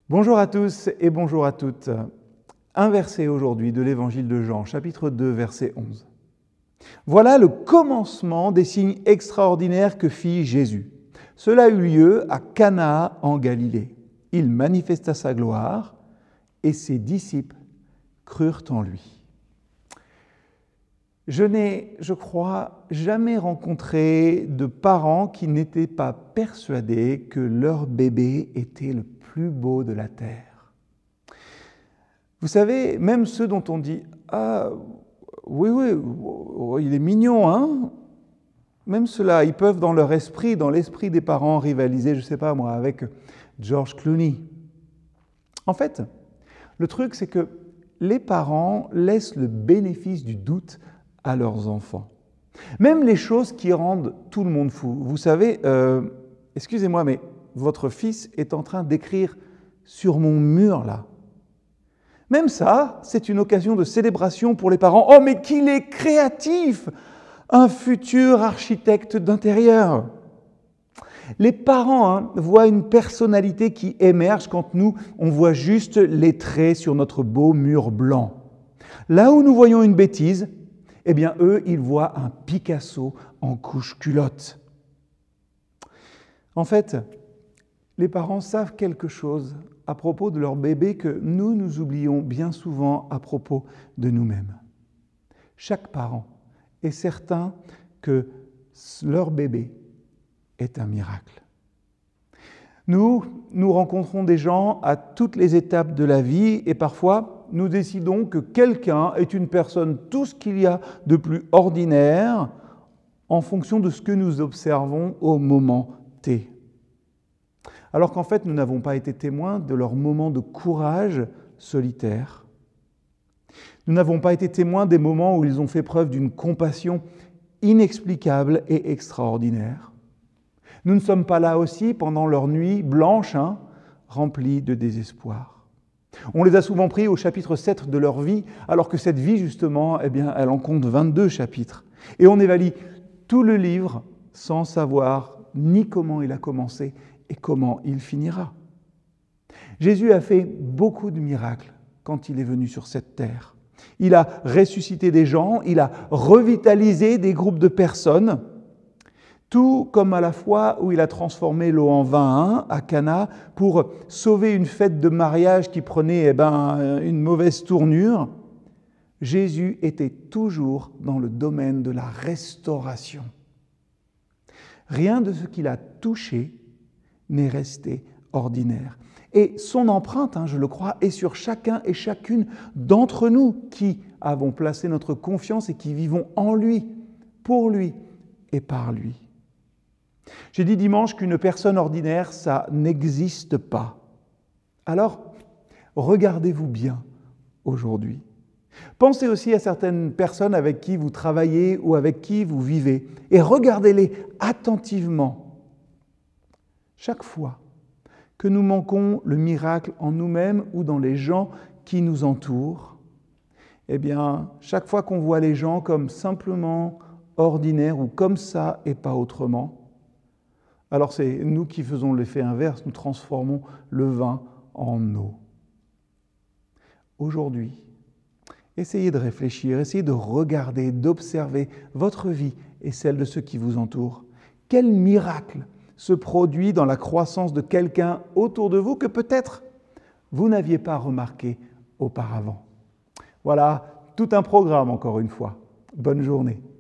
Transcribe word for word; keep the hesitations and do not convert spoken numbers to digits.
Bonjour à tous et bonjour à toutes. Un verset aujourd'hui de l'évangile de Jean, chapitre deux, verset onze. Voilà le commencement des signes extraordinaires que fit Jésus. Cela eut lieu à Cana en Galilée. Il manifesta sa gloire et ses disciples crurent en lui. Je n'ai, je crois, jamais rencontré de parents qui n'étaient pas persuadés que leur bébé était le plus beau de la terre. Vous savez, même ceux dont on dit « Ah, oui, oui, il est mignon, hein ?» Même ceux-là, ils peuvent dans leur esprit, dans l'esprit des parents, rivaliser, je ne sais pas moi, avec George Clooney. En fait, le truc, c'est que les parents laissent le bénéfice du doute à leurs enfants. Même les choses qui rendent tout le monde fou. Vous savez, euh, excusez-moi, mais votre fils est en train d'écrire sur mon mur, là. Même ça, c'est une occasion de célébration pour les parents. Oh, mais qu'il est créatif! Un futur architecte d'intérieur. Les parents hein, voient une personnalité qui émerge quand nous, on voit juste les traits sur notre beau mur blanc. Là où nous voyons une bêtise, eh bien, eux, ils voient un Picasso en couche-culotte. En fait, les parents savent quelque chose à propos de leur bébé que nous, nous oublions bien souvent à propos de nous-mêmes. Chaque parent est certain que leur bébé est un miracle. Nous, nous rencontrons des gens à toutes les étapes de la vie et parfois, nous décidons que quelqu'un est une personne, tout ce qu'il y a de plus ordinaire, en fonction de ce que nous observons au moment T. Alors qu'en fait, nous n'avons pas été témoins de leur moment de courage solitaire. Nous n'avons pas été témoins des moments où ils ont fait preuve d'une compassion inexplicable et extraordinaire. Nous ne sommes pas là aussi pendant leur nuit blanche, hein, remplie de désespoir. On les a souvent pris au chapitre sept de leur vie, alors que cette vie, justement, eh bien, elle en compte vingt-deux chapitres. Et on évalue tout le livre sans savoir ni comment il a commencé et comment il finira. Jésus a fait beaucoup de miracles quand il est venu sur cette terre. Il a ressuscité des gens, il a revitalisé des groupes de personnes, tout comme à la fois où il a transformé l'eau en vin à Cana pour sauver une fête de mariage qui prenait eh ben, une mauvaise tournure. Jésus était toujours dans le domaine de la restauration. Rien de ce qu'il a touché n'est resté ordinaire. Et son empreinte, hein, je le crois, est sur chacun et chacune d'entre nous qui avons placé notre confiance et qui vivons en lui, pour lui et par lui. J'ai dit dimanche qu'une personne ordinaire, ça n'existe pas. Alors, regardez-vous bien aujourd'hui. Pensez aussi à certaines personnes avec qui vous travaillez ou avec qui vous vivez et regardez-les attentivement. Chaque fois que nous manquons le miracle en nous-mêmes ou dans les gens qui nous entourent, eh bien, chaque fois qu'on voit les gens comme simplement ordinaires ou comme ça et pas autrement, alors c'est nous qui faisons l'effet inverse, nous transformons le vin en eau. Aujourd'hui, essayez de réfléchir, essayez de regarder, d'observer votre vie et celle de ceux qui vous entourent. Quel miracle se produit dans la croissance de quelqu'un autour de vous que peut-être vous n'aviez pas remarqué auparavant. Voilà, tout un programme encore une fois. Bonne journée.